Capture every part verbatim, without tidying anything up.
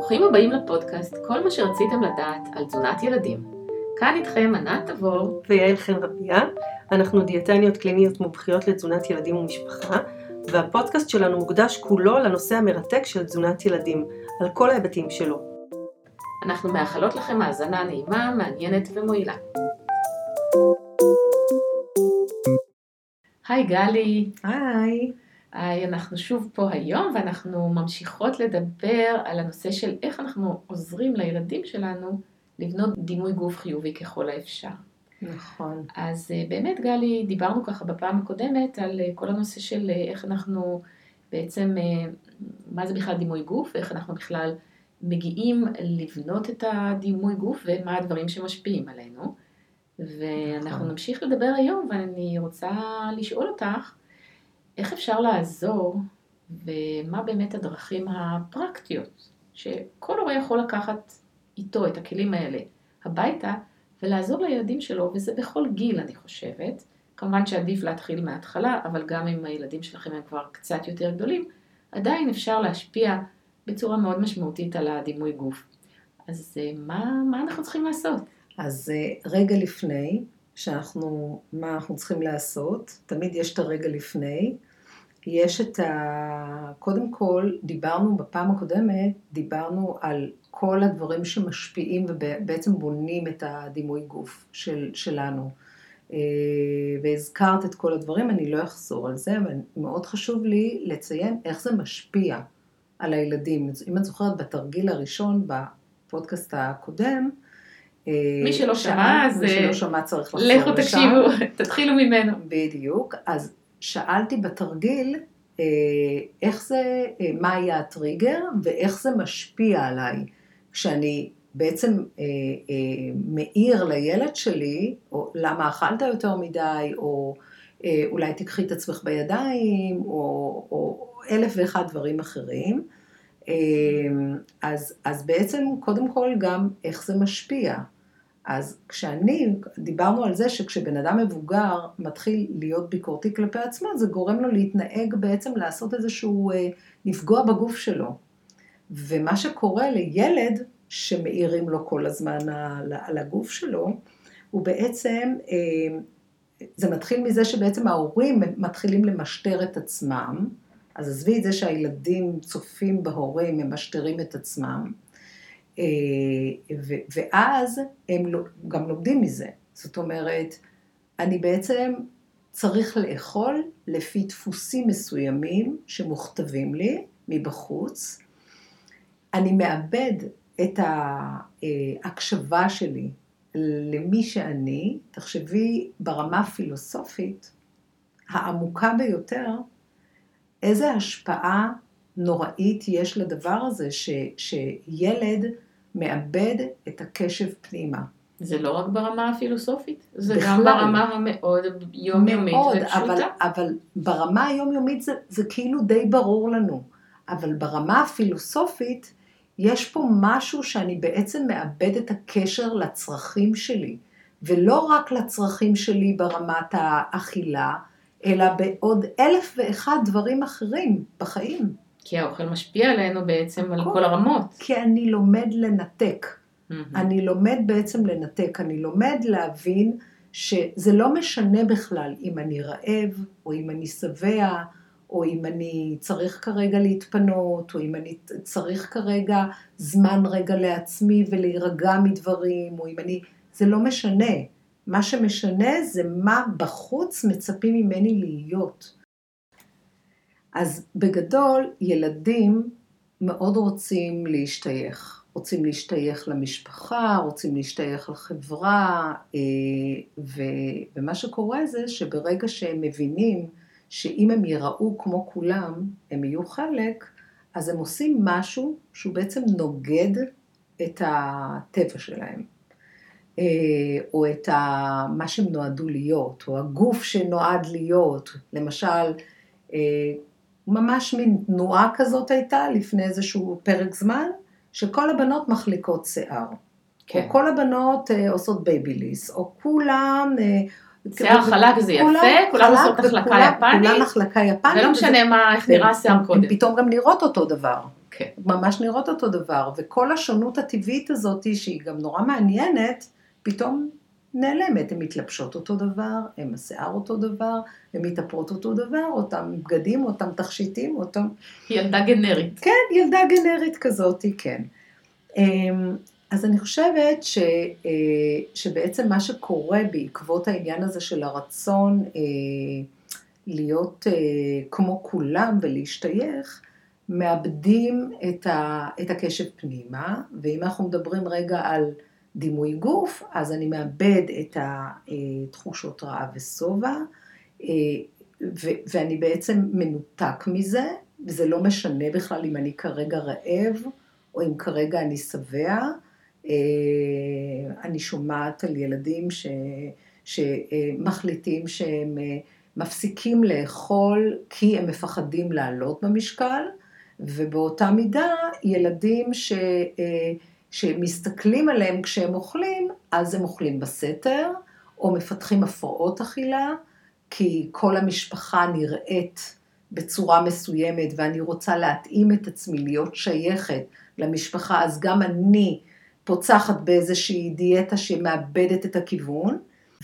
ברוכים הבאים לפודקאסט, כל מה שרציתם לדעת על תזונת ילדים. כאן איתכם ענת תבור ויעל חן רביה. אנחנו דיאטניות קליניות מומחיות לתזונת ילדים ומשפחה, והפודקאסט שלנו מוקדש כולו לנושא המרתק של תזונת ילדים, על כל ההיבטים שלו. אנחנו מאחלות לכם האזנה נעימה, מעניינת ומועילה. היי גלי. היי. היי, אנחנו שוב פה היום ואנחנו ממשיכות לדבר על הנושא של איך אנחנו עוזרים לילדים שלנו לבנות דימוי גוף חיובי ככל האפשר. נכון. אז באמת גלי, דיברנו ככה בפעם הקודמת על כל הנושא של איך אנחנו בעצם, מה זה בכלל דימוי גוף, ואיך אנחנו בכלל מגיעים לבנות את הדימוי גוף ומה הדברים שמשפיעים עלינו. ואנחנו נכון. נמשיך לדבר היום, ואני רוצה לשאול אותך, איך אפשר לעזור ומה באמת הדרכים הפרקטיות שכל הורה יכול לקחת איתו את הכלים האלה הביתה ולעזור לילדים שלו, וזה בכל גיל אני חושבת. כמובן שעדיף להתחיל מההתחלה, אבל גם אם הילדים שלכם הם כבר קצת יותר גדולים, עדיין אפשר להשפיע בצורה מאוד משמעותית על הדימוי גוף. אז מה, מה אנחנו צריכים לעשות? אז רגע לפני, שאנחנו, מה אנחנו צריכים לעשות, תמיד יש את הרגע לפני, יש את ה... קודם כל, דיברנו בפעם הקודמת, דיברנו על כל הדברים שמשפיעים ובעצם בונים את הדימוי גוף של, שלנו. והזכרת את כל הדברים, אני לא אחזור על זה, אבל מאוד חשוב לי לציין איך זה משפיע על הילדים. אם את זוכרת, בתרגיל הראשון בפודקאסט הקודם, מי שלא שמע, אז מי שלא שמע צריך לחזור לכו תקשיבו, תתחילו ממנו. בדיוק, אז שאלתי בתרגיל, איך זה, מה היה הטריגר, ואיך זה משפיע עליי, כשאני בעצם מאיר לילד שלי, או למה אכלת יותר מדי, או אולי תקחי את עצמך בידיים, או, או אלף ואחד דברים אחרים, אז, אז בעצם קודם כל גם איך זה משפיע. אז כשאני, דיברנו על זה שכשבן אדם מבוגר מתחיל להיות ביקורתי כלפי עצמו, זה גורם לו להתנהג בעצם לעשות איזשהו, לפגוע בגוף שלו. ומה שקורה לילד שמאירים לו כל הזמן על, על הגוף שלו, הוא בעצם, זה מתחיל מזה שבעצם ההורים מתחילים למשטר את עצמם, אז עזבי את זה שהילדים צופים בהורים, הם משטרים את עצמם, ואז הם גם לומדים מזה. זאת אומרת, אני בעצם צריך לאכול לפי דפוסים מסוימים שמוכתבים לי מבחוץ. אני מאבד את ההקשבה שלי למי שאני, תחשבי ברמה הפילוסופית העמוקה ביותר, איזה השפעה נוראית יש לדבר הזה, ש, שילד מאבד את הקשב פנימה. זה לא רק ברמה הפילוסופית, זה בכלל, גם ברמה המאוד יומיומית מאוד, ופשוטה. אבל, אבל ברמה היומיומית זה, זה כאילו די ברור לנו, אבל ברמה הפילוסופית יש פה משהו שאני בעצם מאבד את הקשר לצרכים שלי, ולא רק לצרכים שלי ברמת האכילה, אלא בעוד אלף ואחד דברים אחרים בחיים. כי האוכל משפיע עלינו בעצם על כל הרמות. כי אני לומד לנתק. Mm-hmm. אני לומד בעצם לנתק. אני לומד להבין שזה לא משנה בכלל אם אני רעב, או אם אני שבע, או אם אני צריך כרגע להתפנות, או אם אני צריך כרגע זמן רגע לעצמי ולהירגע מדברים, או אם אני... זה לא משנה. מה שמשנה זה מה בחוץ מצפים ממני להיות. אז בגדול, ילדים מאוד רוצים להשתייך. רוצים להשתייך למשפחה, רוצים להשתייך לחברה, ומה שקורה זה שברגע שהם מבינים שאם הם יראו כמו כולם, הם יהיו חלק, אז הם עושים משהו שהוא בעצם נוגד את הטבע שלהם. או את מה שהם נועדו להיות, או הגוף שנועד להיות. למשל, ממש מין תנועה כזאת הייתה לפני איזשהו פרק זמן, שכל הבנות מחליקות שיער. כן. או כל הבנות עושות בייביליס, או כולם... שיער חלק זה יפה, כולם עושות החלקה יפנית. כולם החלקה יפנית. ולא משנה מה, איך נראה השיער קודם. הם פתאום גם נראות אותו דבר. כן. ממש נראות אותו דבר, וכל השונות הטבעית הזאת, שהיא גם נורא מעניינת, פתאום נעלמת, הן מתלבשות אותו דבר, הן השיער אותו דבר, הן מתאפרות אותו דבר, אותם בגדים, אותם תכשיטים, אותם... ילדה גנרית. כן, ילדה גנרית כזאת, כן. אז אני חושבת ש, שבעצם מה שקורה בעקבות העניין הזה של הרצון להיות כמו כולם ולהשתייך, מאבדים את, ה, את הקשב פנימה, ואם אנחנו מדברים רגע על דימוי גוף, אז אני מאבד את התחושות רעב וסובה, ואני בעצם מנותק מזה, וזה לא משנה בכלל אם אני כרגע רעב, או אם כרגע אני שבע. אני שומעת על ילדים ש, שמחליטים שהם מפסיקים לאכול, כי הם מפחדים לעלות במשקל, ובאותה מידה ילדים ש, שמסתכלים עליהם כשהם אוכלים, אז הם אוכלים בסתר, או מפתחים הפרעות אכילה, כי כל המשפחה נראית בצורה מסוימת, ואני רוצה להתאים את עצמי, להיות שייכת למשפחה, אז גם אני פוצחת באיזושהי דיאטה שמאבדת את הכיוון,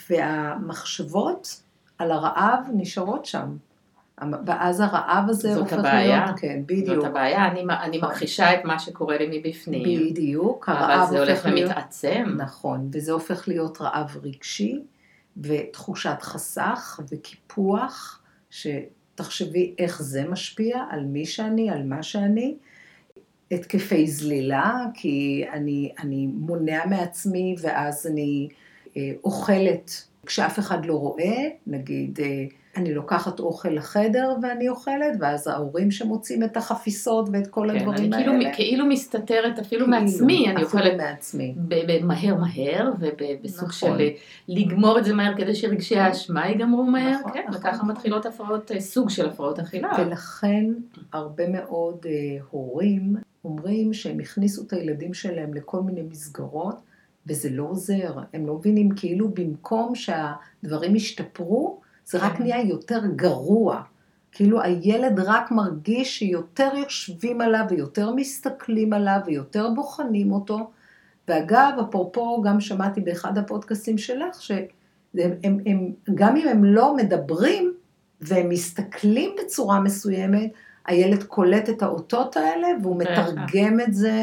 והמחשבות על הרעב נשארות שם. ואז הרעב הזה זאת הופך הבעיה. להיות, כן, בדיוק. זאת הבעיה, אני, אני מכחישה את מה שקורה לי מבפנים. בדיוק, אבל זה הולך ומתעצם. נכון, וזה הופך להיות רעב רגשי, ותחושת חסך וקיפוח, שתחשבי איך זה משפיע על מי שאני, על מה שאני, התקפי זלילה, כי אני, אני מונע מעצמי, ואז אני אה, אוכלת כשאף אחד לא רואה, נגיד, אה, אני לוקחת אוכל לחדר ואני אוכלת, ואז ההורים שמוצאים את החפיסות ואת כל כן, הדברים אני האלה. כאילו, כאילו מסתתרת אפילו כאילו, מעצמי, אני אפילו אוכלת מעצמי. מהר מהר, ובסוג נכון. של לגמור את זה מהר, כדי שרגשי האשמה ייגמרו מהר, נכון, כן, נכון, וככה נכון. מתחילות הפרעות, סוג של הפרעות אכילה. ולכן הרבה מאוד אה, הורים אומרים שהם הכניסו את הילדים שלהם לכל מיני מסגרות, וזה לא עוזר. הם לא מבינים, כאילו במקום שהדברים ישתפרו, זה רק נהיה יותר גרוע. כאילו הילד רק מרגיש שיותר יושבים עליו, ויותר מסתכלים עליו, ויותר בוחנים אותו. ואגב, אפרופו, גם שמעתי באחד הפודקאסטים שלך, שהם, הם, הם, גם אם הם לא מדברים, והם מסתכלים בצורה מסוימת, הילד קולט את האותות האלה, והוא מתרגם את זה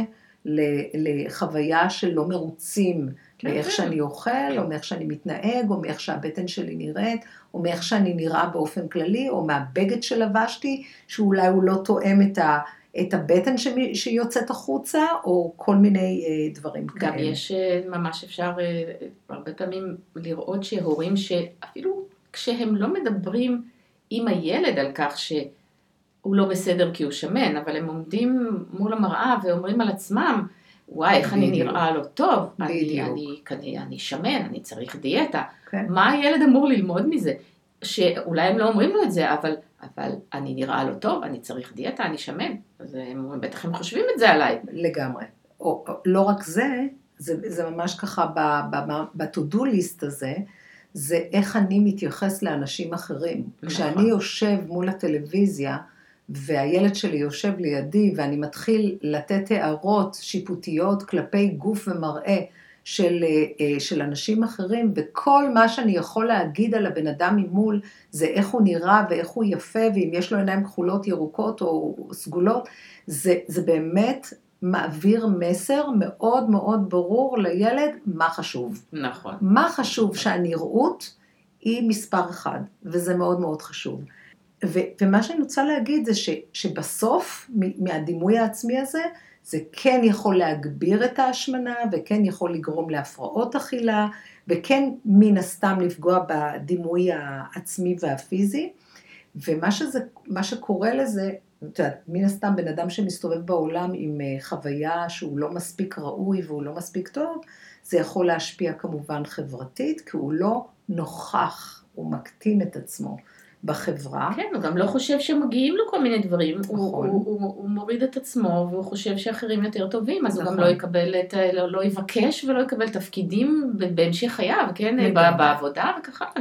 לחוויה של לא מרוצים, מאיך שאני אוכל, או מאיך שאני מתנהג, או מאיך שהבטן שלי נראית, או מאיך שאני נראה באופן כללי, או מהבגד שלבשתי, שאולי הוא לא תואם את ה... את הבטן שיוצאת החוצה, או כל מיני דברים כאלה. גם יש, ממש אפשר הרבה פעמים לראות שהורים שאפילו כשהם לא מדברים עם הילד על כך שהוא לא בסדר כי הוא שמן, אבל הם עומדים מול המראה ואומרים על עצמם, וואי, איך אני נראה לא טוב, אני, אני, אני, אני שמן, אני צריך דיאטה. כן. מה הילד אמור ללמוד מזה? שאולי הם לא אומרים לו את זה, אבל, אבל אני נראה לא טוב, אני צריך דיאטה, אני שמן. אז הם, בטח הם חושבים את זה עליי. לגמרי. או, או, לא רק זה, זה, זה ממש ככה ב-to-do list הזה, זה איך אני מתייחס לאנשים אחרים. נכון. כשאני יושב מול הטלוויזיה, והילד שלי יושב לידי, ואני מתחיל לתת הערות שיפוטיות כלפי גוף ומראה, של, של אנשים אחרים, וכל מה שאני יכול להגיד על הבן אדם ממול, זה איך הוא נראה ואיך הוא יפה, ואם יש לו עיניים כחולות ירוקות או סגולות, זה, זה באמת מעביר מסר מאוד מאוד ברור לילד מה חשוב. נכון. מה חשוב שהנראות היא מספר אחד, וזה מאוד מאוד חשוב. ו, ומה שאני רוצה להגיד זה ש, שבסוף, מהדימוי העצמי הזה, זה כן יכול להגביר את ההשמנה, וכן יכול לגרום להפרעות אכילה, וכן מן הסתם לפגוע בדימוי העצמי והפיזי, ומה שזה, מה שקורה לזה, מן הסתם בן אדם שמסתובב בעולם עם חוויה שהוא לא מספיק ראוי והוא לא מספיק טוב, זה יכול להשפיע כמובן חברתית, כי הוא לא נוכח, הוא מקטין את עצמו. בחברה. כן, הוא גם לא חושב שמגיעים לו כל מיני דברים, נכון. הוא, הוא, הוא, הוא מוריד את עצמו, והוא חושב שאחרים יותר טובים, אז נכון. הוא גם לא יקבל את, לא, לא יבקש ולא יקבל תפקידים בהמשך חייו, כן, בעבודה וככה, אני,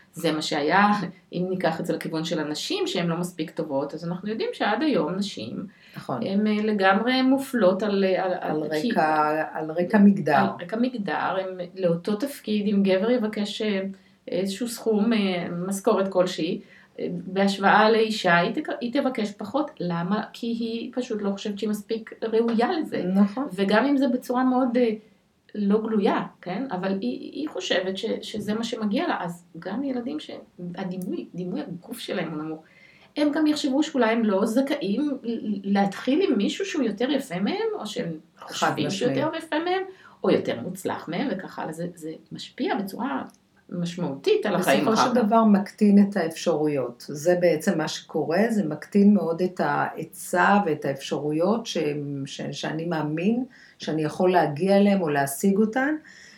זה מה שהיה, אם ניקח את זה לכיוון של הנשים שהן לא מספיק טובות, אז אנחנו יודעים שעד היום נשים, נכון. הן לגמרי מופלות על, על, על, על, רקע, על רקע מגדר. על רקע מגדר, הם לאותו תפקיד, אם גבר יבקש איזשהו סכום, משכורת כלשהי, בהשוואה לאישה, היא תבקש פחות. למה? כי היא פשוט לא חושבת שהיא מספיק ראויה לזה. נכון. וגם אם זה בצורה מאוד לא גלויה, כן? אבל היא, היא חושבת ש, שזה מה שמגיע לה. אז גם ילדים שהדימוי, דימוי הגוף שלהם הוא נמוך, הם גם יחשבו שאולי הם לא זכאים להתחיל עם מישהו שהוא יותר יפה מהם, או שהם חושבים שהוא יותר יפה מהם, או יותר מוצלח מהם, וככה. זה, זה משפיע בצורה משמעותית על החיים אחר כך. בסופו של דבר מקטין את האפשרויות. זה בעצם מה שקורה, זה מקטין מאוד את ההיצע ואת האפשרויות ש, ש, שאני מאמין שאני יכול להגיע אליהם או להשיג אותן.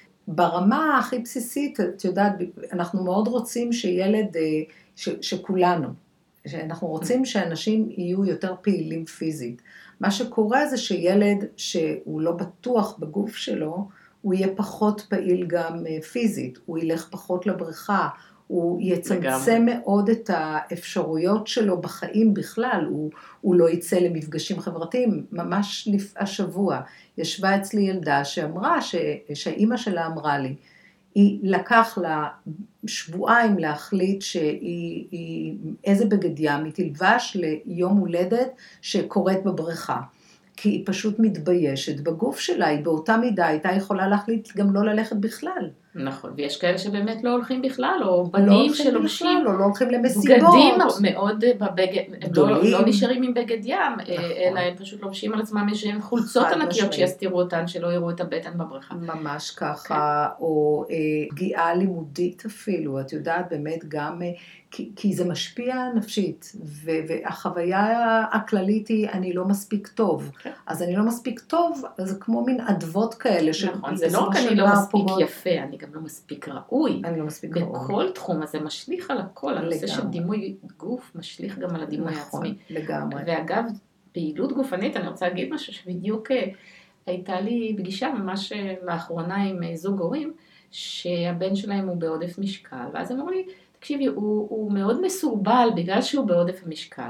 ברמה הכי בסיסית, את יודעת, אנחנו מאוד רוצים שילד, ש, שכולנו, שאנחנו רוצים שאנשים יהיו יותר פעילים פיזית. מה שקורה זה שילד שהוא לא בטוח בגוף שלו, הוא יהיה פחות פעיל גם פיזית, הוא ילך פחות לבריכה, הוא יצמצם מאוד את האפשרויות שלו בחיים בכלל, הוא, הוא לא יצא למפגשים חברתיים. ממש השבוע ישבה אצלי ילדה שאמרה, ש, שהאימא שלה אמרה לי, היא לקח לה שבועיים להחליט שהיא, היא, איזה בגד ים היא תלבש ליום הולדת שקורית בבריכה. כי היא פשוט מתביישת בגוף שלה, היא באותה מידה הייתה יכולה להחליט גם לא ללכת בכלל. נכון, ויש כאלה שבאמת לא הולכים בכלל, או בנים שלובשים בכלל, או לא הולכים למסיבות. בגדים מאוד בבגד, לא, לא נשארים עם בגד ים, נכון. אלא הם פשוט לובשים על עצמם איזשהם חולצות ענקיות שיסתירו אותן, שלא יראו את הבטן בבריכה. ממש ככה, okay. או אה, פגיעה לימודית אפילו, את יודעת באמת גם, אה, כי, כי זה משפיע נפשית, ו, והחוויה הכללית היא, אני לא מספיק טוב. Okay. אז אני לא מספיק טוב, זה כמו מין עדבות כאלה. נכון, זה לא רק אני לא מספיק פוגעות. יפה, אני גם לא מספיק ראוי. אני לא מספיק ראוי. בכל תחום הזה משליך על הכל, הנושא של דימוי גוף משליך גם על הדימוי נכון, העצמי. לגמרי. ואגב, פעילות גופנית, אני רוצה להגיד משהו שבדיוק הייתה לי פגישה ממש לאחרונה עם זוג הורים, שהבן שלהם הוא בעודף משקל, ואז הם אמרו לי, תקשיבי, הוא, הוא מאוד מסורבל בגלל שהוא בעודף המשקל,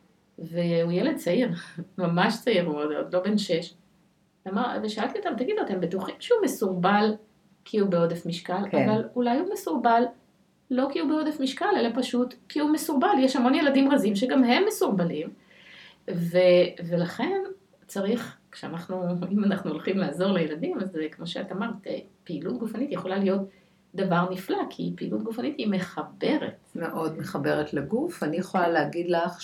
והוא ילד צעיר, ממש צעיר, הוא עוד לא בן שש, ושאלתי אותם, תגידו, אתם בטוחים שהוא מסורבל כי הוא בעודף משקל, כן. אבל אולי הוא מסורבל לא כי הוא בעודף משקל, אלא פשוט כי הוא מסורבל, יש המון ילדים רזים שגם הם מסורבלים, ו, ולכן צריך, כשאנחנו, אם אנחנו הולכים לעזור לילדים, אז כמו שאת אמרת, פעילות גופנית יכולה להיות דבר נפלא, כי פעילות גופנית היא מחברת. מאוד מחברת לגוף. אני יכולה להגיד לך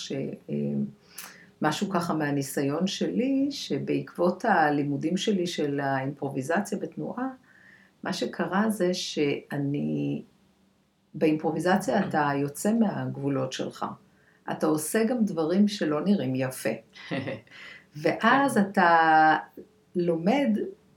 שמשהו ככה מהניסיון שלי, שבעקבות הלימודים שלי של האימפרוביזציה בתנועה, מה שקרה זה שאני, באימפרוביזציה אתה יוצא מהגבולות שלך. אתה עושה גם דברים שלא נראים יפה. ואז אתה לומד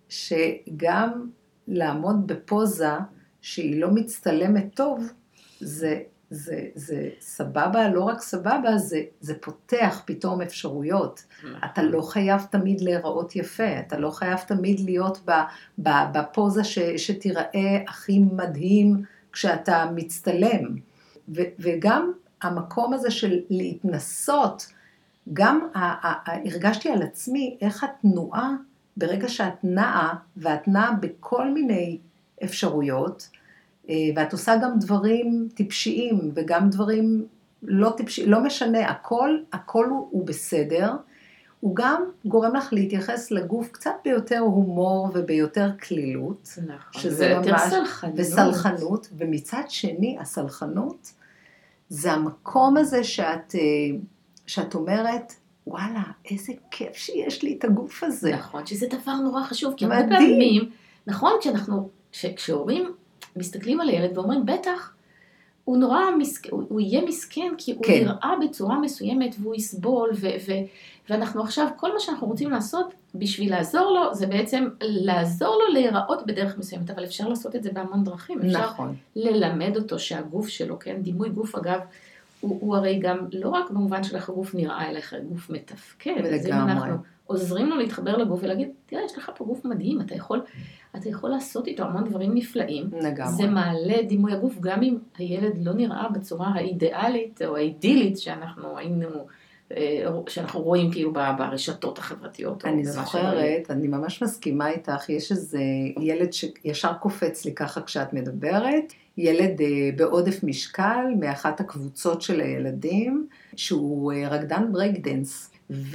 שגם לעמוד בפוזה שהיא לא מצטלמת טוב, זה, זה, זה סבבה, לא רק סבבה, זה, זה פותח פתאום אפשרויות. אתה לא חייב תמיד להיראות יפה, אתה לא חייב תמיד להיות בפוזה ש, שתיראה הכי מדהים כשאתה מצטלם. ו, וגם המקום הזה של להתנסות, גם הרגשתי על עצמי איך התנועה, ברגע שאת נעה, ואת נעה בכל מיני אפשרויות, ואת עושה גם דברים טיפשיים, וגם דברים לא טיפשיים, לא משנה, הכל, הכל הוא, הוא בסדר, הוא גם גורם לך להתייחס לגוף קצת ביותר הומור וביותר כלילות, נכון, שזה יותר ממש, סלחנות. וסלחנות, ומצד שני, הסלחנות, זה המקום הזה שאת, שאת אומרת, וואלה, איזה כיף שיש לי את הגוף הזה. נכון, שזה דבר נורא חשוב, כי הרבה פעמים, נכון, כשאנחנו, כשהורים מסתכלים על הילד ואומרים, בטח, הוא נורא, מסכ... הוא, הוא יהיה מסכן, כי הוא כן. נראה בצורה מסוימת, והוא יסבול, ו- ו- ואנחנו עכשיו, כל מה שאנחנו רוצים לעשות, בשביל לעזור לו, זה בעצם לעזור לו להיראות בדרך מסוימת, אבל אפשר לעשות את זה בהמון דרכים, אפשר נכון. ללמד אותו שהגוף שלו, כן, דימוי גוף אגב, הוא, הוא הרי גם, לא רק במובן של איך הגוף נראה, אלא איך הגוף מתפקד, אז אם אנחנו עוזרים לו להתחבר לגוף ולהגיד, תראה, יש לך פה גוף מדהים, אתה יכול, אתה יכול לעשות איתו המון דברים נפלאים. לגמרי. זה מעלה דימוי הגוף, גם אם הילד לא נראה בצורה האידיאלית או האידילית שאנחנו היינו, שאנחנו רואים כאילו ברשתות החברתיות. אני זוכרת, אני ממש מסכימה איתך, יש איזה ילד שישר קופץ לי ככה כשאת מדברת, ילד בעודף משקל מאחת הקבוצות של הילדים, שהוא רקדן ברייק דנס,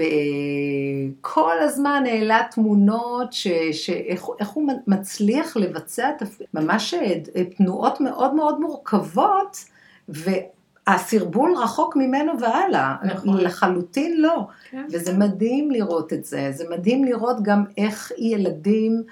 וכל הזמן העלה תמונות שאיך הוא מצליח לבצע ממש תנועות מאוד מאוד מורכבות, והסרבול רחוק ממנו והלאה, נכון. לחלוטין לא, כן. וזה מדהים לראות את זה, זה מדהים לראות גם איך ילדים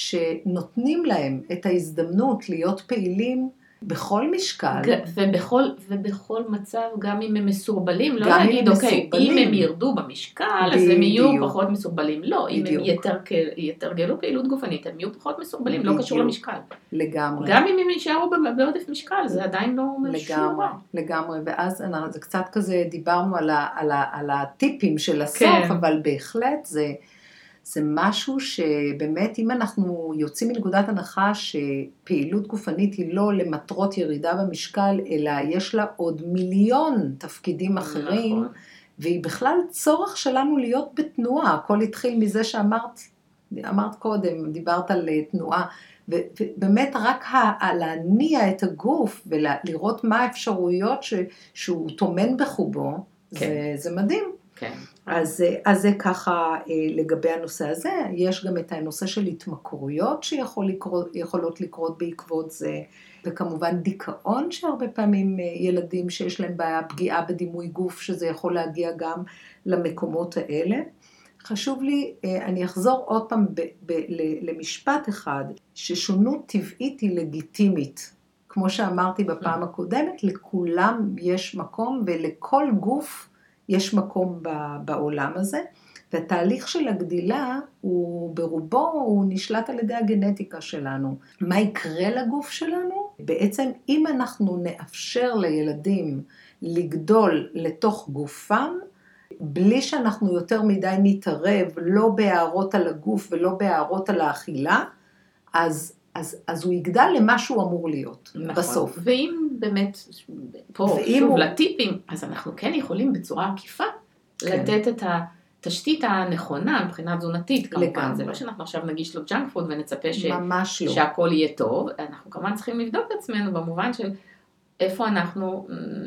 שנותנים להם את ההזדמנות להיות פעילים, בכל משקל. ובכל, ובכל מצב, גם אם הם מסורבלים, לא להגיד, אוקיי, אם הם ירדו במשקל, אז הם יהיו פחות מסורבלים. לא, אם הם יתרגלו פעילות גופנית, הם יהיו פחות מסורבלים, לא קשור למשקל. לגמרי. גם אם הם יישארו בעודף משקל, זה עדיין לא אומר שום דבר. לגמרי, ואז זה קצת כזה, דיברנו על הטיפים של הסוף, אבל בהחלט זה... זה משהו שבאמת, אם אנחנו יוצאים מנקודת הנחה שפעילות גופנית היא לא למטרות ירידה במשקל, אלא יש לה עוד מיליון תפקידים אחרים, נכון. והיא בכלל צורך שלנו להיות בתנועה. הכל התחיל מזה שאמרת, אמרת קודם, דיברת על תנועה, ובאמת רק להניע את הגוף ולראות מה האפשרויות שהוא תומן בחובו, כן. זה, זה מדהים. כן. אז, אז זה ככה לגבי הנושא הזה, יש גם את הנושא של התמכרויות שיכולות לקרות בעקבות זה, וכמובן דיכאון שהרבה פעמים ילדים שיש להם בעיה, פגיעה בדימוי גוף, שזה יכול להגיע גם למקומות האלה. חשוב לי, אני אחזור עוד פעם ב, ב, למשפט אחד, ששונות טבעית היא לגיטימית. כמו שאמרתי בפעם הקודמת, לכולם יש מקום ולכל גוף יש מקום בעולם הזה, והתהליך של הגדילה הוא ברובו, הוא נשלט על ידי הגנטיקה שלנו. מה יקרה לגוף שלנו? בעצם אם אנחנו נאפשר לילדים לגדול לתוך גופם, בלי שאנחנו יותר מדי נתערב, לא בהערות על הגוף ולא בהערות על האכילה, אז, אז, אז הוא יגדל למה שהוא אמור להיות, נכון. בסוף. ואם באמת, פה שוב הוא... לטיפים, אז אנחנו כן יכולים בצורה עקיפה, כן. לתת את התשתית הנכונה מבחינה תזונתית, כמובן. לגמרי. זה לא שאנחנו עכשיו נגיש לו ג'אנק פוד ונצפה ש... ממש לא. שהכל יהיה טוב, אנחנו כמובן צריכים לבדוק את עצמנו במובן של איפה אנחנו,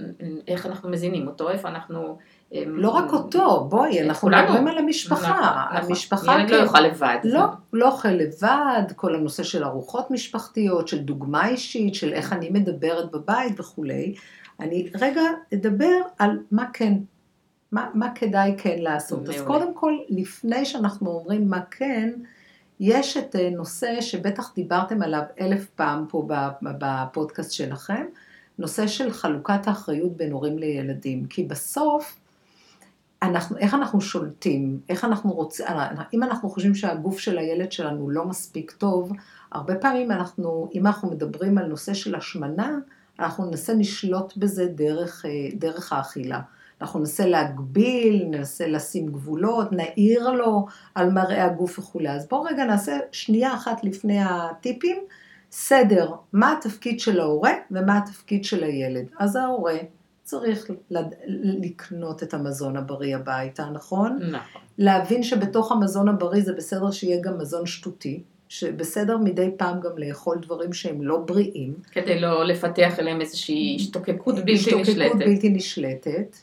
איך אנחנו מזינים אותו, איפה אנחנו... לא רק אותו, בואי, אנחנו מדברים על המשפחה. המשפחה ילד לא יאכל לבד. לא, לא אוכל לבד, כל הנושא של ארוחות משפחתיות, של דוגמה אישית, של איך אני מדברת בבית וכו'. אני רגע אדבר על מה כן, מה, מה כדאי כן לעשות. אז קודם כל, לפני שאנחנו אומרים מה כן, יש את נושא שבטח דיברתם עליו אלף פעם פה בפודקאסט שלכם, נושא של חלוקת האחריות בין הורים לילדים, כי בסוף, אנחנו, איך אנחנו שולטים, איך אנחנו רוצים, אם אנחנו חושבים שהגוף של הילד שלנו לא מספיק טוב, הרבה פעמים אנחנו, אם אנחנו מדברים על נושא של השמנה, אנחנו ננסה לשלוט בזה דרך, דרך האכילה. אנחנו ננסה להגביל, ננסה לשים גבולות, נעיר לו על מראה הגוף וכו'. אז בואו רגע נעשה שנייה אחת לפני הטיפים, סדר, מה התפקיד של ההורה ומה התפקיד של הילד. אז ההורה צריך לקנות את המזון הבריא הביתה, נכון? נכון. להבין שבתוך המזון הבריא זה בסדר שיהיה גם מזון שטותי, שבסדר מדי פעם גם לאכול דברים שהם לא בריאים. כדי לא לפתח אליהם איזושהי השתוקקות בלתי נשלטת. השתוקקות בלתי נשלטת,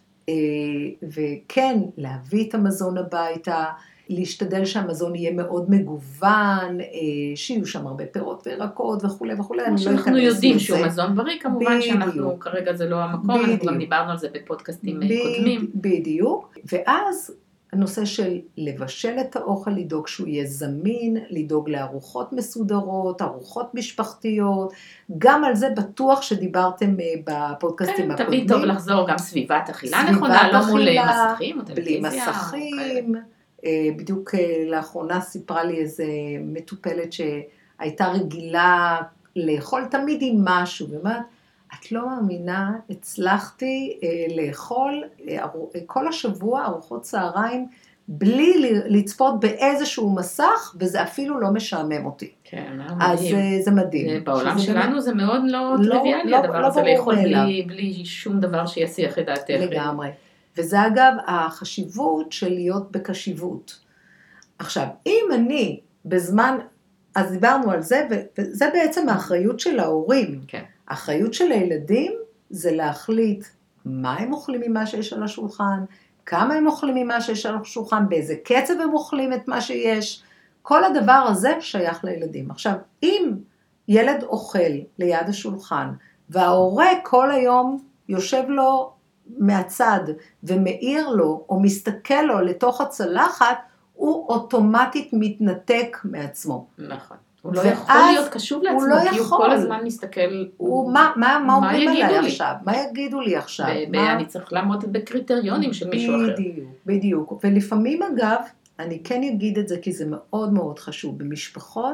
וכן, להביא את המזון הביתה, להשתדל שהמזון יהיה מאוד מגוון, שיהיו שם הרבה פירות וירקות וכו' וכו'. אנחנו יודעים שהוא מזון בריא, כמובן שאנחנו, כרגע זה לא המקום, אנחנו גם דיברנו על זה בפודקאסטים קודמים. בדיוק, ואז הנושא של לבשל את האוכל, לדאוג שהוא יהיה זמין, לדאוג לארוחות מסודרות, ארוחות משפחתיות, גם על זה בטוח שדיברתם בפודקאסטים הקודמים. תמיד טוב לחזור גם סביבת אכילה נכונה, לא מול מסכים או טלוויזיה. בלי מסכים. בדיוק לאחרונה סיפרה לי איזה מטופלת שהייתה רגילה לאכול תמיד עם משהו, ואומרת, את לא מאמינה, הצלחתי לאכול כל השבוע ארוחות צהריים בלי לצפות באיזשהו מסך, וזה אפילו לא משעמם אותי. כן, אז מדהים. זה מדהים. בעולם שלנו באמת... זה מאוד לא, לא טריוויאלי לא, הדבר לא הזה, לאכול בלי, בלי, בלי שום דבר שיסיח את דעתך. לגמרי. וזה אגב החשיבות של להיות בקשיבות. עכשיו, אם אני בזמן, אז דיברנו על זה, וזה בעצם האחריות של ההורים. כן. האחריות של הילדים זה להחליט מה הם אוכלים ממה שיש על השולחן, כמה הם אוכלים ממה שיש על השולחן, באיזה קצב הם אוכלים את מה שיש. כל הדבר הזה שייך לילדים. עכשיו, אם ילד אוכל ליד השולחן, וההורה כל היום יושב לו מהצד ומאיר לו, או מסתכל לו לתוך הצלחת, הוא אוטומטית מתנתק מעצמו. נכון. הוא לא יכול להיות קשוב לעצמו, לא כי הוא כל הזמן מסתכל, הוא, מה, מה, מה אומרים עליי לי? עכשיו? מה יגידו לי עכשיו? ואני צריך לעמוד בקריטריונים של מישהו אחר. בדיוק, בדיוק. ולפעמים אגב, אני כן אגיד את זה, כי זה מאוד מאוד חשוב, במשפחות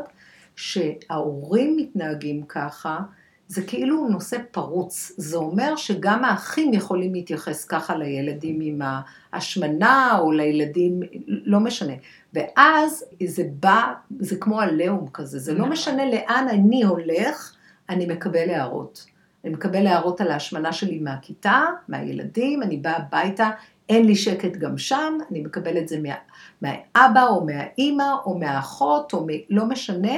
שההורים מתנהגים ככה, זה כאילו נושא פרוץ. זה אומר שגם האחים יכולים להתייחס ככה לילדים עם ההשמנה, או לילדים, לא משנה. ואז זה בא, זה כמו הלאום כזה, זה לא משנה לאן אני הולך, אני מקבל הערות. אני מקבל הערות על ההשמנה שלי מהכיתה, מהילדים, אני באה הביתה, אין לי שקט גם שם, אני מקבל את זה מה, מהאבא או מהאימא או מהאחות, או מ, לא משנה,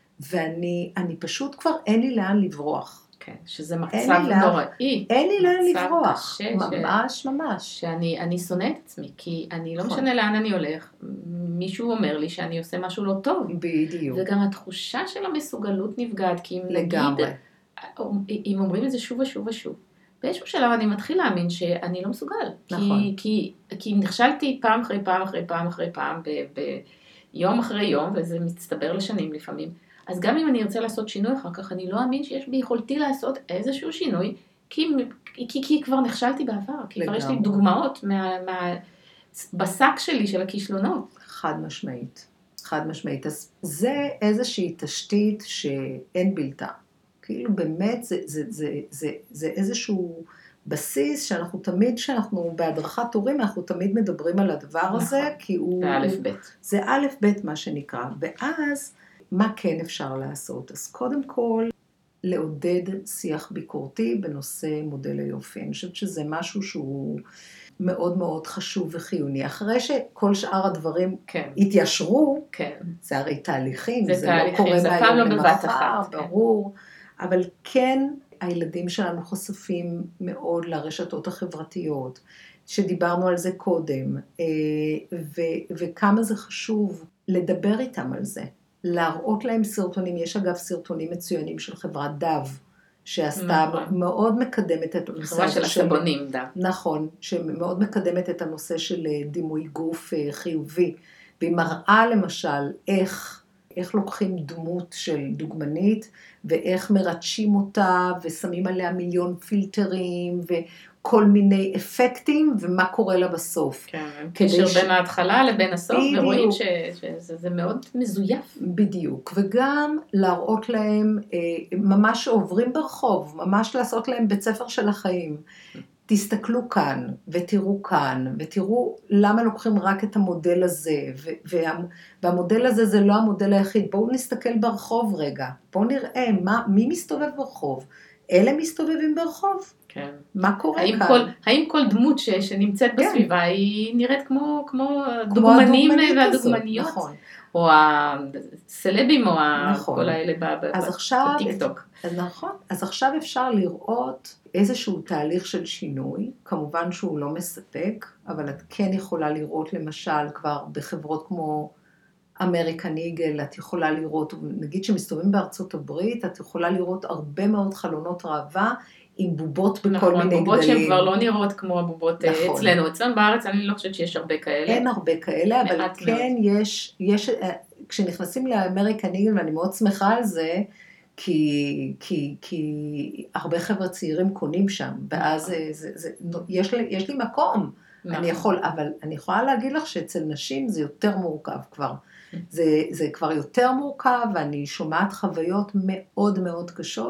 ואני אני פשוט כבר אין לי לאן לברוח. כן, שזה מצב נוראי. אין לי לאן לברוח. קשה, ממש, ש... ממש. שאני אני שונא את עצמי, כי אני לא משנה לאן אני הולך, מישהו אומר לי שאני עושה משהו לא טוב. בדיוק. וגם התחושה של המסוגלות נפגעת, כי אם לגמרי. נגיד, אם אומרים את זה שוב ושוב ושוב, באיזשהו שלב אני מתחיל להאמין שאני לא מסוגל. נכון. כי, כי, כי נכשלתי פעם אחרי פעם אחרי פעם אחרי פעם, ב, ביום אחרי יום, וזה מצטבר לשנים לפעמים. אז גם אם אני ארצה לעשות שינוי אחר כך, אני לא אאמין שיש ביכולתי לעשות איזשהו שינוי, כי, כי, כי כבר נכשלתי בעבר, כי כבר יש לי דוגמאות מה, מה, בשק שלי של הכישלונות. חד משמעית, חד משמעית. אז זה איזושהי תשתית שאין בלתה. כאילו באמת זה, זה, זה, זה, זה איזשהו בסיס שאנחנו תמיד, שאנחנו בהדרכת הורים, אנחנו תמיד מדברים על הדבר הזה, כי הוא... זה א' ב'. זה א' ב' מה שנקרא. ואז מה כן אפשר לעשות? אז קודם כל, לעודד שיח ביקורתי בנושא מודל היופי. אני חושבת שזה משהו שהוא מאוד מאוד חשוב וחיוני. אחרי שכל שאר הדברים כן. התיישרו, כן. זה הרי תהליכים, זה, זה תהליכים, לא קורה זה מהיום לא למחר, ברור. כן. אבל כן, הילדים שלנו חושפים מאוד לרשתות החברתיות, שדיברנו על זה קודם, ו- וכמה זה חשוב לדבר איתם על זה. להראות להם סרטונים, יש אגב סרטונים מצוינים של חברת דב, שעשתה, נכון. מאוד מקדמת את הנושא. חברה של הסבונים דב. נכון, שמאוד מקדמת את הנושא של דימוי גוף חיובי, והיא מראה למשל איך, איך לוקחים דמות של דוגמנית, ואיך מרצ'ים אותה, ושמים עליה מיליון פילטרים, וכל מיני אפקטים, ומה קורה לה בסוף. כן, קשר ש... בין ההתחלה לבין הסוף, בדיוק. ורואים ש... שזה זה מאוד מזויף. בדיוק, וגם להראות להם, ממש עוברים ברחוב, ממש לעשות להם בית ספר של החיים. תסתכלו כאן, ותראו כאן, ותראו למה לוקחים רק את המודל הזה, וה... והמודל הזה זה לא המודל היחיד. בואו נסתכל ברחוב רגע, בואו נראה מה, מי מסתובב ברחוב. אלה מסתובבים ברחוב. כן. מה קורה האם כאן? כל, האם כל דמות ש, שנמצאת כן. בסביבה היא נראית כמו, כמו הדוגמנים והדוגמניות? נכון. או הסלבים, או נכון. כל האלה בטיקטוק. אז נכון. אז עכשיו אפשר לראות איזשהו תהליך של שינוי, כמובן שהוא לא מספק, אבל את כן יכולה לראות למשל כבר בחברות כמו אמריקן איגל, את יכולה לראות, נגיד שמסתובבים בארצות הברית, את יכולה לראות הרבה מאוד חלונות ראווה, עם בובות בכל נכון, מיני גדלים. נכון, בובות שהן כבר לא נראות כמו הבובות נכון. אצלנו. אצלנו בארץ אני לא חושבת שיש הרבה כאלה. אין הרבה כאלה, אבל כן יש, יש, כשנכנסים לאמריקן איגל, ואני מאוד שמחה על זה, כי, כי, כי הרבה חבר'ה צעירים קונים שם, ואז זה, זה, זה, יש, לי, יש לי מקום, נכון. אני יכול, אבל אני יכולה להגיד לך שאצל נשים זה יותר מורכב כבר. זה, זה כבר יותר מורכב, ואני שומעת חוויות מאוד מאוד קשות,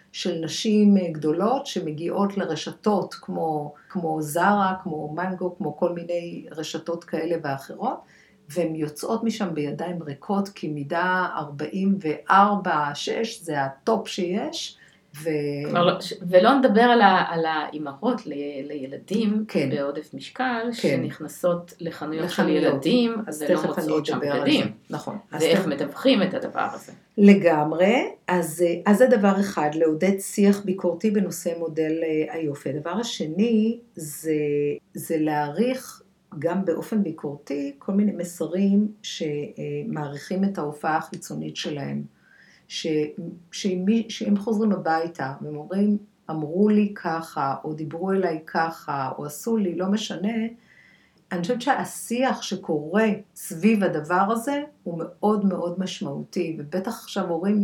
של נשים גדולות שמגיעות לרשתות כמו, כמו זרה, כמו מנגו, כמו כל מיני רשתות כאלה ואחרות, והן יוצאות משם בידיים ריקות, כי מידה ארבעים וארבע שש זה הטופ שיש. ו... ולא נדבר על, ה, על האימהות ל, לילדים כן. בעודף משקל, כן. שנכנסות לחנויות, לחנויות של ילדים, ולא מוצאות שם בגדים. נכון. ואיך מדווחים את הדבר הזה. לגמרי, אז, אז זה דבר אחד, לעודד שיח ביקורתי בנושא מודל היופי. הדבר השני, זה, זה להעריך גם באופן ביקורתי, כל מיני מסרים שמעריכים את ההופעה החיצונית שלהם. ש, שמי, שהם חוזרים הביתה, והם אומרים, אמרו לי ככה, או דיברו אליי ככה, או עשו לי, לא משנה, אני חושבת שהשיח שקורה סביב הדבר הזה, הוא מאוד מאוד משמעותי, ובטח עכשיו הורים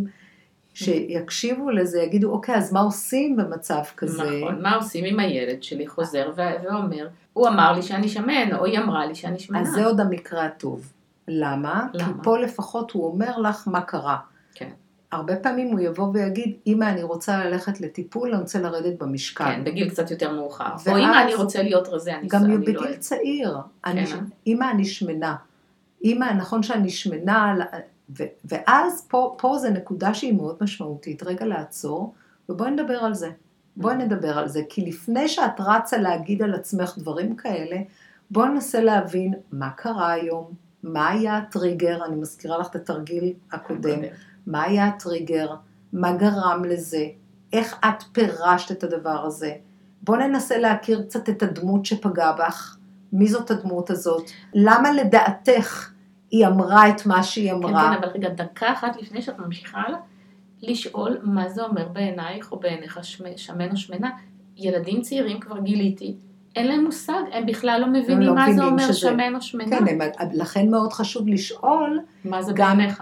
שיקשיבו לזה, יגידו, אוקיי, אז מה עושים במצב כזה? נכון, מה עושים עם הילד שלי חוזר ואומר, הוא אמר לי שאני שמן, או היא אמרה לי שאני שמנה. אז זה עוד המקרה הטוב. למה? למה? כי פה לפחות הוא אומר לך מה קרה. כן. הרבה פעמים הוא יבוא ויגיד, אמא, אני רוצה ללכת לטיפול, אני רוצה לרדת במשקל. כן, בגיל קצת יותר מאוחר. או אמא, אני רוצה להיות רזה, אני גם בגיל לא צעיר. אני, כן. אמא, אני שמנה. אמא, נכון שאני שמנה, ו, ואז פה, פה זה נקודה שהיא מאוד משמעותית. רגע לעצור, ובואי נדבר על זה. בואי נדבר על זה, כי לפני שאת רצה להגיד על עצמך דברים כאלה, בואי ננסה להבין מה קרה היום, מה היה הטריגר, אני מזכירה לך את התרגיל הקודם, מה היה הטריגר, מה גרם לזה, איך את פירשת את הדבר הזה. בוא ננסה להכיר קצת את הדמות שפגע בך, מי זאת הדמות הזאת, למה לדעתך היא אמרה את מה שהיא אמרה. כן, כן, אבל רגע, דקה אחת לפני שאת ממשיכה לה, לשאול מה זה אומר בעינייך או בעיניך שמן או שמנה. ילדים צעירים כבר גיליתי, אין להם מושג, הם בכלל לא מבינים לא מה זה אומר שזה, שמן או שמנה. כן, הם, לכן מאוד חשוב לשאול, מה זה גם, בעיניך.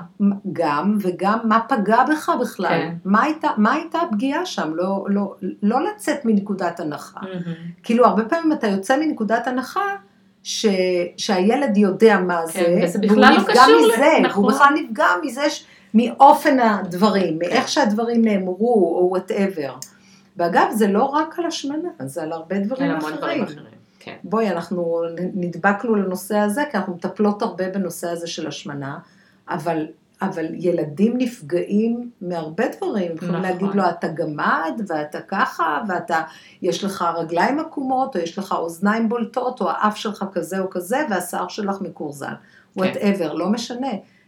גם וגם מה פגע בך בכלל, כן. מה, הייתה, מה הייתה הפגיעה שם, לא, לא, לא לצאת מנקודת הנחה. Mm-hmm. כאילו הרבה פעמים אתה יוצא מנקודת הנחה, ש, שהילד יודע מה כן, זה, וזה בכלל לא קשור מזה, נכון. הוא בכלל נפגע מזה, מאופן הדברים, כן. מאיך שהדברים נאמרו, או whatever. ואגב, זה לא רק על השמנה, זה על הרבה דברים אחרים. דברים אחרים. כן. בואי, אנחנו נדבקנו לנושא הזה, כי אנחנו מטפלות הרבה בנושא הזה של השמנה, אבל, אבל ילדים נפגעים מהרבה דברים, נכון. יכולים להגיד לו, אתה גמד, ואתה ככה, ואתה, יש לך רגליים עקומות, או יש לך אוזניים בולטות, או האף שלך כזה או כזה, והשיער שלך מקורזל. כן. whatever, לא משנה.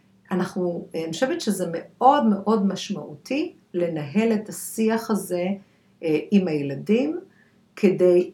אנחנו, אני חושבת שזה מאוד מאוד משמעותי, לנהל את השיח הזה, עם הילדים, כדי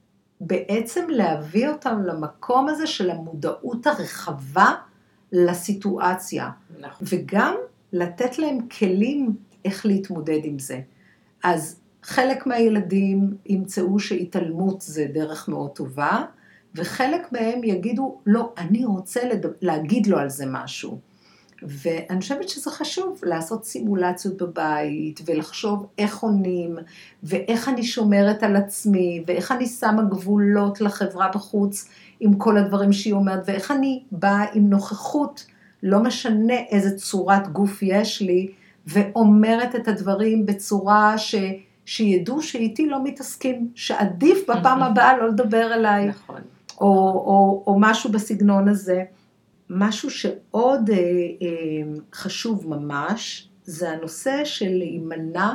בעצם להביא אותם למקום הזה של המודעות הרחבה לסיטואציה, נכון. וגם לתת להם כלים איך להתמודד עם זה. אז חלק מהילדים ימצאו שהתעלמות זה דרך מאוד טובה, וחלק מהם יגידו, לא, אני רוצה לד... להגיד לו על זה משהו. ואני חושבת שזה חשוב לעשות סימולציות בבית, ולחשוב איך עונים, ואיך אני שומרת על עצמי, ואיך אני שמה גבולות לחברה בחוץ, עם כל הדברים שהיא אומרת, ואיך אני באה עם נוכחות, לא משנה איזה צורת גוף יש לי, ואומרת את הדברים בצורה ש... שידעו שאיתי לא מתעסקים, שעדיף בפעם הבאה לא לדבר אליי, נכון. או, או, או משהו בסגנון הזה. משהו שעוד אה, אה, חשוב ממש, זה הנושא של להימנע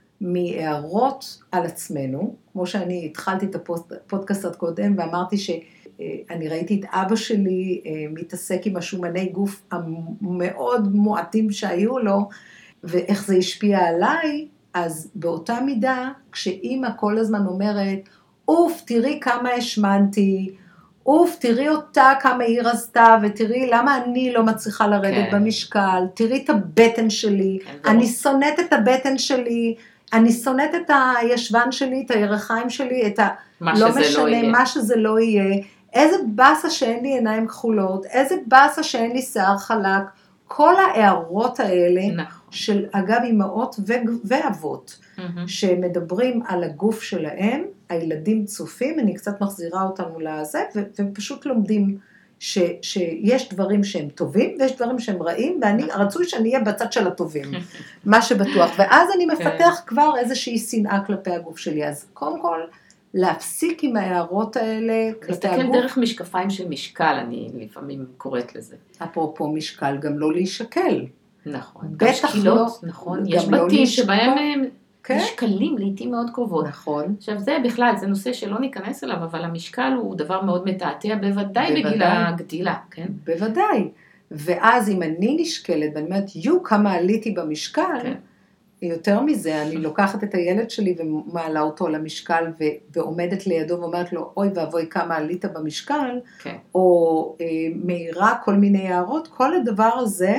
מהערות על עצמנו, כמו שאני התחלתי את הפודקאסט הקודם, ואמרתי שאני ראיתי את אבא שלי אה, מתעסק עם השומני גוף המאוד מועטים שהיו לו, ואיך זה השפיע עליי, אז באותה מידה, כשאימא כל הזמן אומרת, אוף, תראי כמה השמנתי, אוף, תראי אותה כמה היא רזתה, ותראי למה אני לא מצליחה לרדת כן. במשקל, תראי את הבטן שלי, כן, אני שונאת את הבטן שלי, אני שונאת את הישבן שלי, את הירחיים שלי, את ה... מה לא שזה משנה, לא יהיה. מה שזה לא יהיה, איזה באסה שאין לי עיניים כחולות, איזה באסה שאין לי שיער חלק, כל ההערות האלה, נכון. של אגב אמהות ואבות, mm-hmm. שמדברים על הגוף שלהם, הילדים צופים, אני קצת מחזירה אותנו לזה, ופשוט לומדים ש, שיש דברים שהם טובים, ויש דברים שהם רעים, ואני רצוי שאני אהיה בצד של הטובים, מה שבטוח, ואז אני מפתח כבר איזושהי שנאה כלפי הגוף שלי, אז קודם כל, להפסיק עם ההערות האלה כלפי הגוף. להסתכל דרך משקפיים של משקל, אני לפעמים קוראת לזה. אפרופו משקל, גם לא להישקל. נכון, בטח שקילות, לא, נכון, יש בתים לא שבהם הם כן? משקלים לעתים מאוד קרובות. נכון. עכשיו זה בכלל, זה נושא שלא ניכנס אליו, אבל המשקל הוא דבר מאוד מתעתע, בוודאי, בוודאי. בגיל הגדילה, כן? בוודאי. ואז אם אני נשקלת, ואני אומרת, יו, כמה עליתי במשקל, כן. יותר מזה, אני לוקחת את הילד שלי ומעלה אותו למשקל, ו- ועומדת לידו ואומרת לו, אוי ואבוי כמה עלית במשקל, כן. או אה, מהירה כל מיני הערות, כל הדבר הזה,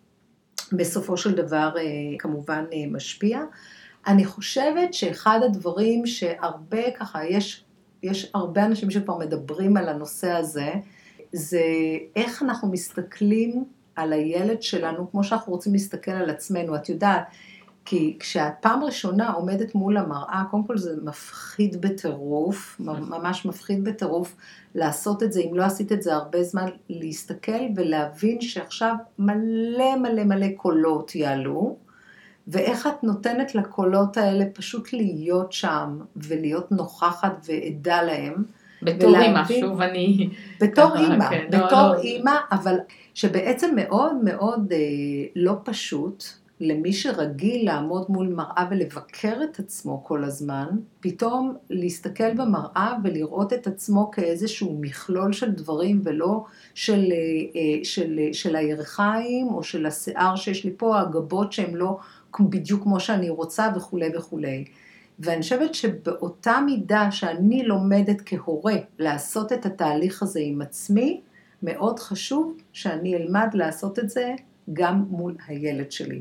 בסופו של דבר אה, כמובן אה, משפיע. אני חושבת שאחד הדברים שהרבה ככה, יש, יש הרבה אנשים שכבר מדברים על הנושא הזה, זה איך אנחנו מסתכלים על הילד שלנו, כמו שאנחנו רוצים להסתכל על עצמנו, את יודעת, כי כשאת פעם ראשונה עומדת מול המראה, קודם כל זה מפחיד בטירוף, ממש מפחיד בטירוף לעשות את זה, אם לא עשית את זה הרבה זמן, להסתכל ולהבין שעכשיו מלא מלא מלא קולות יעלו, ואיך את נותנת לקולות האלה פשוט להיות שם, ולהיות נוכחת ועדה להם. בתור אימא, שוב אני... בתור אימא, בתור אימא, אבל שבעצם מאוד מאוד לא פשוט, למי שרגיל לעמוד מול מראה ולבקר את עצמו כל הזמן, פתאום להסתכל במראה ולראות את עצמו כאיזשהו מכלול של דברים, ולא של, של, של הירכיים או של השיער שיש לי פה, הגבות שהן לא בדיוק כמו שאני רוצה וכו' וכו'. ואני חושבת שבאותה מידה שאני לומדת כהורה לעשות את התהליך הזה עם עצמי, מאוד חשוב שאני אלמד לעשות את זה גם מול הילד שלי.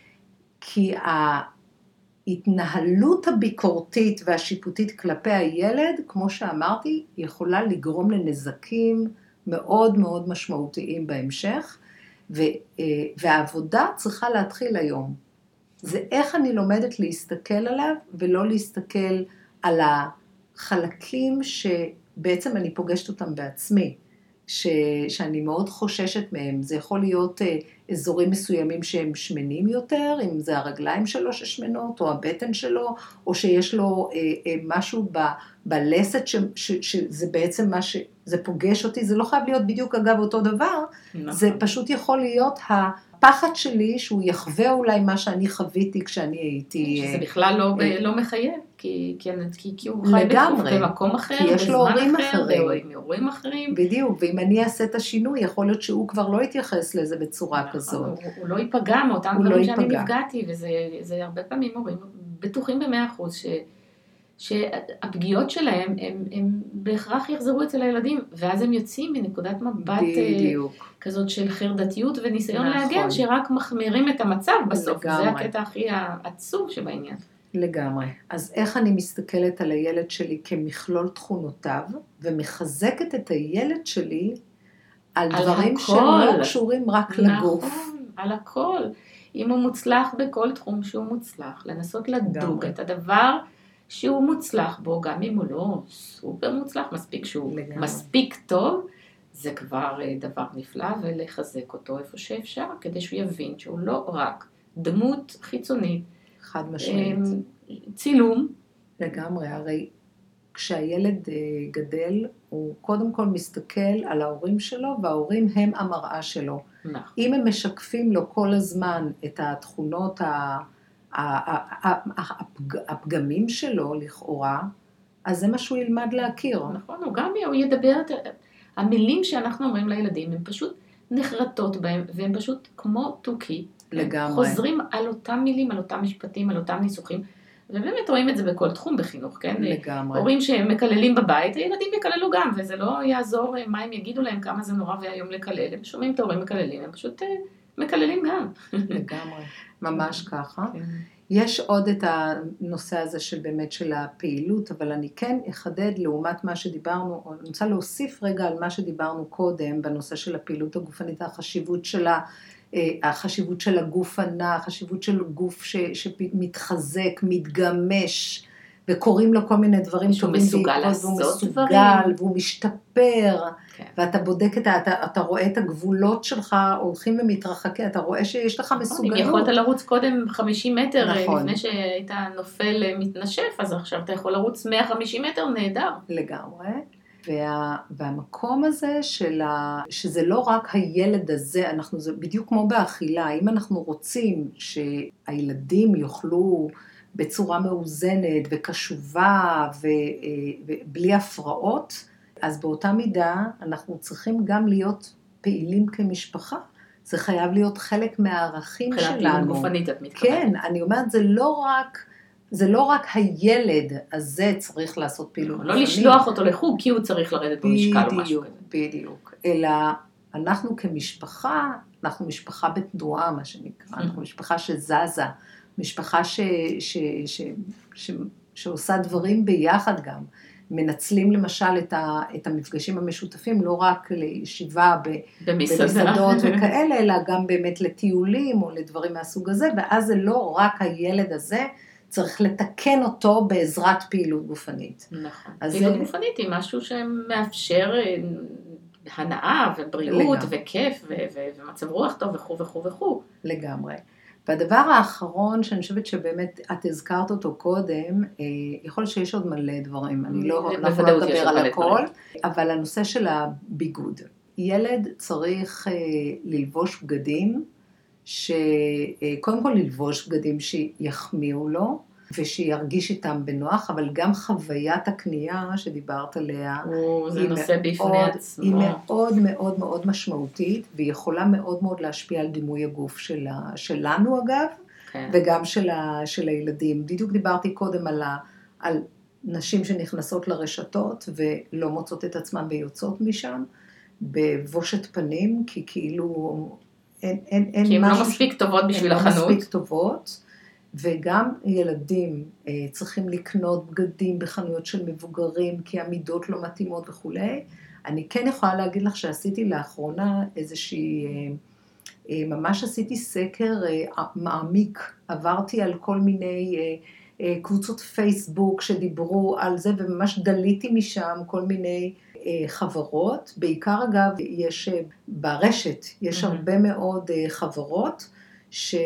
כי ההתנהלות הביקורתית והשיפוטית כלפי הילד, כמו שאמרתי, יכולה לגרום לנזקים מאוד מאוד משמעותיים בהמשך, והעבודה צריכה להתחיל היום. זה איך אני לומדת להסתכל עליו, ולא להסתכל על החלקים שבעצם אני פוגשת אותם בעצמי, ש, שאני מאוד חוששת מהם. זה יכול להיות אה, אזורים מסוימים שהם שמנים יותר, אם זה הרגליים שלו ששמנות, או הבטן שלו, או שיש לו אה, אה, משהו ב, בלסת, ש, ש, שזה בעצם מה שזה פוגש אותי, זה לא חייב להיות בדיוק אגב אותו דבר, נכון. זה פשוט יכול להיות הפחד שלי, שהוא יחווה אולי מה שאני חוויתי כשאני הייתי... שזה בכלל לא, אה, לא מחייב. כי, כי, כי, כי הוא חי לגמרי, במקום אחר, כי יש לו הורים אחר, אחרים. מהורים אחרים. בדיוק, ואם אני אעשה את השינוי, יכול להיות שהוא כבר לא יתייחס לזה בצורה נכון, כזאת. הוא, הוא לא ייפגע מאותם דברים לא שאני נפגעתי, וזה זה הרבה פעמים הורים בטוחים במאה אחוז, ש, שהפגיעות שלהם, הם, הם בהכרח יחזרו אצל הילדים, ואז הם יוצאים מנקודת מבט בדיוק. כזאת של חרדתיות וניסיון נכון. להגן, שרק מחמירים את המצב בסוף, לגמרי. זה הקטע הכי העצוב שבעניין. לגמרי. אז איך אני מסתכלת על הילד שלי כמכלול תכונותיו, ומחזקת את הילד שלי על, על דברים הכל. שלא קשורים רק נכון, לגוף. על הכל. אם הוא מוצלח בכל תחום שהוא מוצלח, לנסות לדוג את הדבר שהוא מוצלח בו, גם אם הוא לא סופר מוצלח, מספיק שהוא לגמרי. מספיק טוב, זה כבר דבר נפלא, ולחזק אותו איפה שאפשר, כדי שהוא יבין שהוא לא רק דמות חיצונית, חד משמעית. צילום. לגמרי, הרי כשהילד גדל, הוא קודם כל מסתכל על ההורים שלו, וההורים הם המראה שלו. נכון. אם הם משקפים לו כל הזמן את התכונות, הפגמים שלו לכאורה, אז זה מה שהוא ילמד להכיר. נכון, הוא גם הוא ידבר, המילים שאנחנו אומרים לילדים, הם פשוט נחרטות בהם, והם פשוט כמו תוכי. לגמרי. חוזרים על אותם מילים, על אותם משפטים, על אותם ניסוחים, ובאמת רואים את זה בכל תחום בחינוך, כן? לגמרי. הורים שמקללים בבית, הילדים יקללו גם, וזה לא יעזור מה הם יגידו להם, כמה זה נורא והיום לקלל, הם שומעים את ההורים מקללים, הם פשוט מקללים גם. לגמרי, ממש ככה. כן. יש עוד את הנושא הזה של באמת של הפעילות, אבל אני כן אחדד לעומת מה שדיברנו, אני רוצה להוסיף רגע על מה שדיברנו קודם, בנושא של הפעילות הגופנית, החשיבות שלה, החשיבות של הגוף הנע, החשיבות של גוף ש, שמתחזק, מתגמש, וקוראים לו כל מיני דברים שהוא טובים, מסוגל והוא לעשות מסוגל, דברים. והוא משתפר, כן. ואתה בודק, את, אתה, אתה רואה את הגבולות שלך, הולכים ומתרחקים, אתה רואה שיש לך מסוגלות. אם יכולת לרוץ קודם חמישים מטר, נכון. לפני שהיית נופל מתנשף, אז עכשיו אתה יכול לרוץ מאה וחמישים מטר, נהדר. לגמרי. וה, והמקום הזה של ה, שזה לא רק הילד הזה, אנחנו, זה בדיוק כמו באכילה, אם אנחנו רוצים שהילדים יאכלו בצורה מאוזנת וקשובה ו, ובלי הפרעות, אז באותה מידה אנחנו צריכים גם להיות פעילים כמשפחה. זה חייב להיות חלק מהערכים שלנו. פעילות גופנית את מתכוונת. כן, אני אומרת, זה לא רק... זה לא רק הילד הזה צריך לעשות פעילות גופנית. לא לשלוח אותו לחוג, כי הוא צריך לרדת במשקל או משהו כזה. בדיוק, אלא אנחנו כמשפחה, אנחנו משפחה בתנועה, מה שנקרא, אנחנו משפחה שזזה, משפחה ש, ש, ש, ש, שעושה דברים ביחד גם. מנצלים למשל את, ה, את המפגשים המשותפים, לא רק לישיבה במסעדות וכאלה, אלא גם באמת לטיולים או לדברים מהסוג הזה, ואז זה לא רק הילד הזה, צריך לתקן אותו בעזרת פעילות גופנית. נכון. פעילות זה... גופנית היא משהו שמאפשר הנאה ובריאות לגמרי. וכיף ו- ו- ומצב רוח טוב וכו' וכו' וכו'. לגמרי. והדבר האחרון שאני חושבת שבאמת את הזכרת אותו קודם, יכול להיות שיש עוד מלא דברים, אני לא יכולה לדבר על הכל, דברים. אבל הנושא של הביגוד. ילד צריך ללבוש בגדים, שקודם כל ללבוש בגדים שיחמיאו לו, ושירגיש איתם בנוח, אבל גם חוויית הקנייה שדיברת עליה, זה נושא בפני עצמו. היא מאוד מאוד מאוד משמעותית, והיא יכולה מאוד מאוד להשפיע על דימוי הגוף שלה, שלנו אגב, כן. וגם של, ה, של הילדים. בדיוק דיברתי קודם על, ה, על נשים שנכנסות לרשתות, ולא מוצאות את עצמן ויוצאות משם, בבושת פנים, כי כאילו... אין, אין, אין כי הן לא מספיק טובות בשביל החנות. הן לא מספיק טובות, וגם ילדים אה, צריכים לקנות בגדים בחנויות של מבוגרים, כי המידות לא מתאימות וכו'. אני כן יכולה להגיד לך שעשיתי לאחרונה איזושהי, אה, אה, ממש עשיתי סקר אה, מעמיק, עברתי על כל מיני אה, אה, קבוצות פייסבוק שדיברו על זה, וממש דליתי משם כל מיני חברות, בעיקר אגב יש ברשת, יש mm-hmm. הרבה מאוד חברות ש...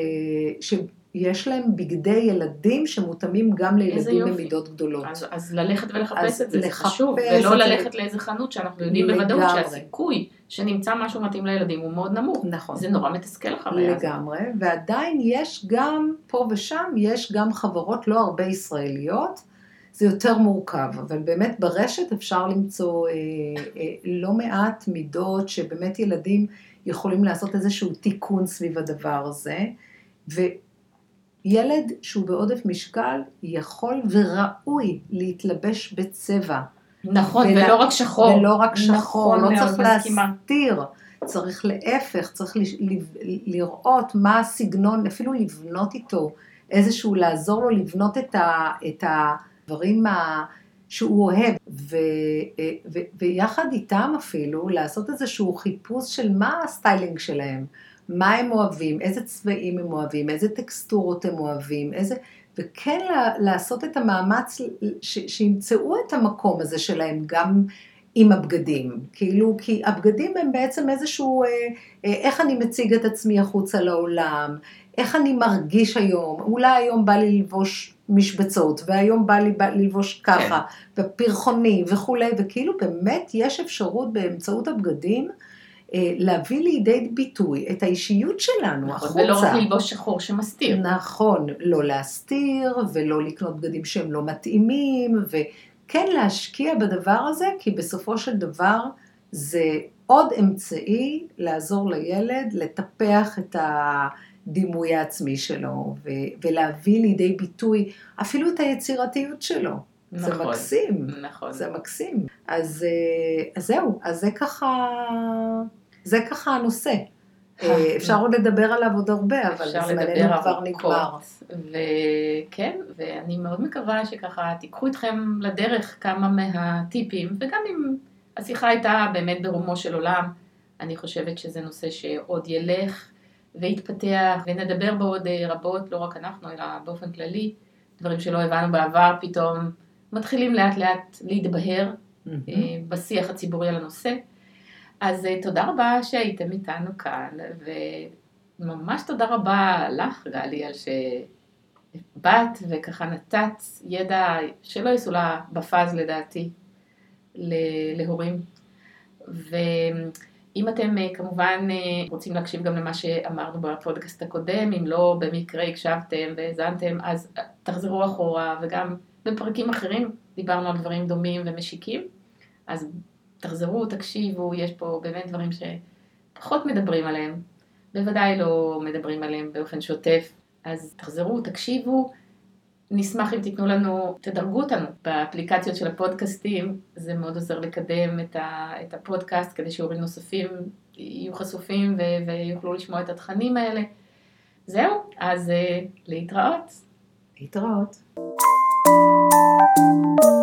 שיש להם בגדי ילדים שמותאמים גם לילדים במידות גדולות. אז, אז ללכת ולחפש את זה, זה חשוב, ולא ללכת זה... לאיזה חנות שאנחנו יודעים בוודאות שהסיכוי שנמצא משהו מתאים לילדים הוא מאוד נמוך. נכון. זה נורא מתסכל החוויה הזאת. לגמרי, ועדיין יש גם פה ושם, יש גם חברות לא הרבה ישראליות, זה יותר מורכב, אבל באמת ברשת אפשר למצוא אה, אה, לא מעט מידות שבאמת ילדים יכולים לעשות איזשהו תיקון סביב הדבר הזה, וילד שהוא בעודף משקל יכול וראוי להתלבש בצבע. נכון, ולה, ולא רק שחור. ולא רק שחור, נכון, לא צריך להסתיר, צריך להפך, צריך לראות מה הסגנון, אפילו לבנות איתו, איזשהו לעזור לו לבנות את ה... את ה דברים שהוא אוהב, ו, ו, ויחד איתם אפילו לעשות איזשהו חיפוש של מה הסטיילינג שלהם, מה הם אוהבים, איזה צבעים הם אוהבים, איזה טקסטורות הם אוהבים, איזה, וכן לעשות את המאמץ ש, שימצאו את המקום הזה שלהם גם עם הבגדים, כאילו, כי הבגדים הם בעצם איזשהו, איך אני מציג את עצמי החוצה לעולם, איך אני מרגיש היום, אולי היום בא לי ללבוש משבצות, והיום בא לי בא ללבוש ככה, כן. ופרחוני וכולי, וכאילו באמת יש אפשרות באמצעות הבגדים, להביא לידי ביטוי את האישיות שלנו, נכון, החוצה. ולא רק ללבוש שחור שמסתיר. נכון, לא להסתיר, ולא לקנות בגדים שהם לא מתאימים, וכן להשקיע בדבר הזה, כי בסופו של דבר זה עוד אמצעי לעזור לילד, לטפח את ה... דימוי העצמי שלו, ו- ולהביא לידי ביטוי אפילו את היצירתיות שלו. נכון, זה מקסים. נכון. זה מקסים. אז, אז זהו, אז זה ככה, זה ככה הנושא. אפשר עוד לדבר עליו עוד הרבה, אבל זמננו כבר נגמר. וכן, ואני מאוד מקווה שככה תיקחו אתכם לדרך כמה מהטיפים, וגם אם השיחה הייתה באמת ברומו של עולם, אני חושבת שזה נושא שעוד ילך, והתפתח, ונדבר בעוד רבות, לא רק אנחנו, אלא באופן כללי, דברים שלא הבנו בעבר פתאום מתחילים לאט לאט להתבהר Mm-hmm. בשיח הציבורי על הנושא. אז תודה רבה שהייתם איתנו כאן, וממש תודה רבה לך גלי על שבאת וככה נתת ידע שלא יסולה בפאז לדעתי להורים. ואם אתם כמובן רוצים להקשיב גם למה שאמרנו בפודקאסט הקודם, אם לא במקרה הקשבתם והזנתם, אז תחזרו אחורה, וגם בפרקים אחרים דיברנו על דברים דומים ומשיקים, אז תחזרו, תקשיבו, יש פה באמת דברים שפחות מדברים עליהם, בוודאי לא מדברים עליהם באופן שוטף, אז תחזרו, תקשיבו, נשמח אם תיתנו לנו, תדרגו אותנו באפליקציות של הפודקאסטים, זה מאוד עוזר לקדם את, ה, את הפודקאסט, כדי שהורים נוספים יהיו חשופים ו, ויוכלו לשמוע את התכנים האלה. זהו, אז להתראות. להתראות.